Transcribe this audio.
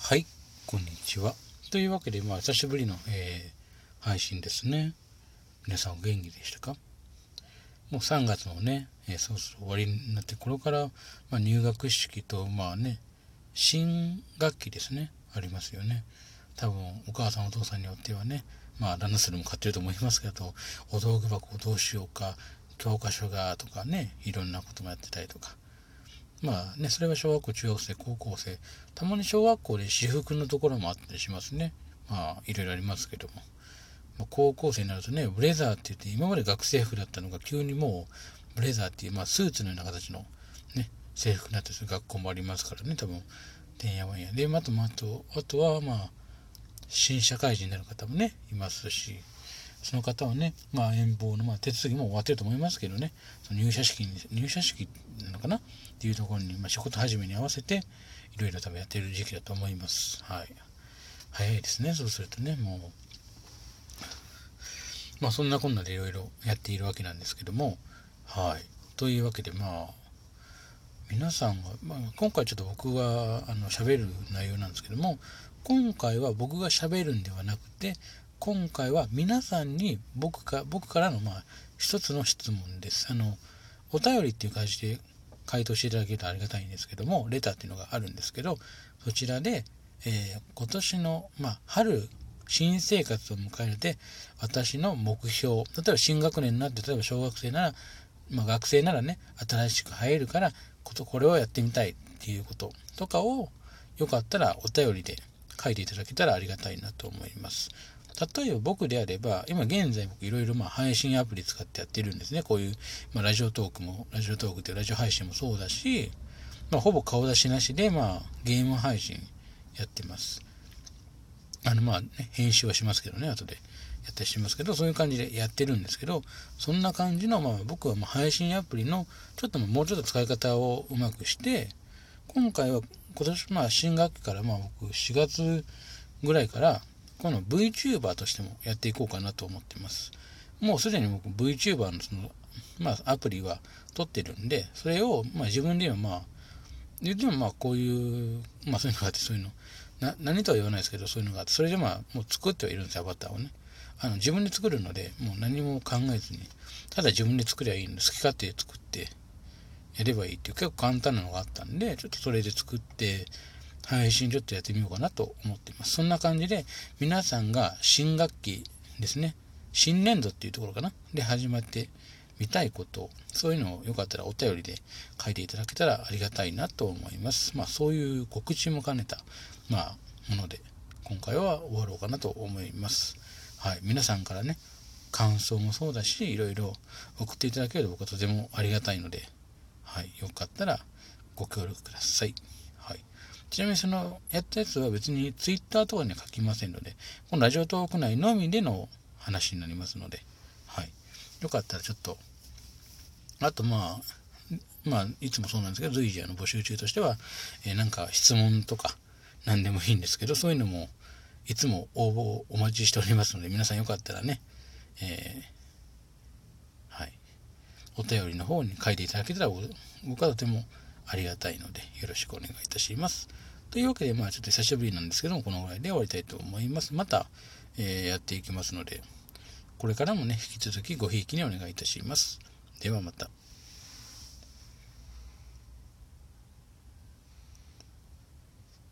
はい、こんにちは。というわけで、久しぶりの、配信ですね。皆さんお元気でしたか？もう3月のね、そろそろ終わりになって頃から、入学式と、新学期ですね、ありますよね。多分、お母さんお父さんによってはね、ランドセルも買ってると思いますけど、お道具箱をどうしようか、教科書がとかね、いろんなこともやってたりとか。それは小学校、中学生、高校生、たまに小学校で私服のところもあったりしますね。いろいろありますけども。高校生になるとね、ブレザーって言って、今まで学生服だったのが急にもう、ブレザーっていう、スーツのような形のね、制服になってる学校もありますからね、多分、てんやわんや。で、あとは、新社会人になる方もね、いますし、その方はね、遠方の手続きも終わってると思いますけどね、その入社式なのかなっていうところに、仕事始めに合わせていろいろ多分やっている時期だと思います。はい。早いですね。そうするとね、もうそんなこんなでいろいろやっているわけなんですけども、はい。というわけで皆さんが、今回ちょっと僕が喋る内容なんですけども、今回は僕が喋るんではなくて、今回は皆さんに僕からの一つの質問です。お便りっていう感じで回答していただけるとありがたいんですけども、レターっていうのがあるんですけど、そちらで、今年の、春新生活を迎えるで私の目標、例えば新学年になって、例えば小学生なら、学生ならね、新しく入るからこれをやってみたいっていうこととかを、よかったらお便りで書いていただけたらありがたいなと思います。例えば僕であれば、今現在僕いろいろ配信アプリ使ってやってるんですね。こういう、ラジオトークっていうラジオ配信もそうだし、ほぼ顔出しなしで、ゲーム配信やってます。編集はしますけどね、後でやったりしますけど、そういう感じでやってるんですけど、そんな感じの、僕は配信アプリのちょっともうちょっと使い方をうまくして、今回は今年新学期から僕4月ぐらいからこの VTuber としてもやっていこうかなと思ってます。もうすでに僕 VTuber のアプリは取ってるんで、それを自分で今でもこういうそういうのがあって、そういうの何とは言わないですけど、そういうのがあって、それでもう作ってはいるんですよ、アバターをね。自分で作るので、もう何も考えずに、ただ自分で作りゃいいので、好き勝手作ってやればいいっていう結構簡単なのがあったんで、ちょっとそれで作って配信ちょっとやってみようかなと思っています。そんな感じで、皆さんが新学期ですね、新年度っていうところかなで始まってみたいこと、そういうのをよかったらお便りで書いていただけたらありがたいなと思います。そういう告知も兼ねたもので今回は終わろうかなと思います。はい、皆さんからね、感想もそうだし、いろいろ送っていただけると僕はとてもありがたいので、はい、よかったらご協力ください。はい。ちなみにそのやったやつは別に Twitter とかには書きませんので、このラジオトーク内のみでの話になりますので、はい。よかったらちょっと、あといつもそうなんですけど、随時募集中としては、なんか質問とか何でもいいんですけど、そういうのもいつも応募お待ちしておりますので、皆さんよかったらね、はい、お便りの方に書いていただけたら僕はとてもありがたいのでよろしくお願いいたします。というわけでちょっと久しぶりなんですけども、このぐらいで終わりたいと思います。また、やっていきますので、これからもね引き続きごひいきにお願いいたします。ではまた。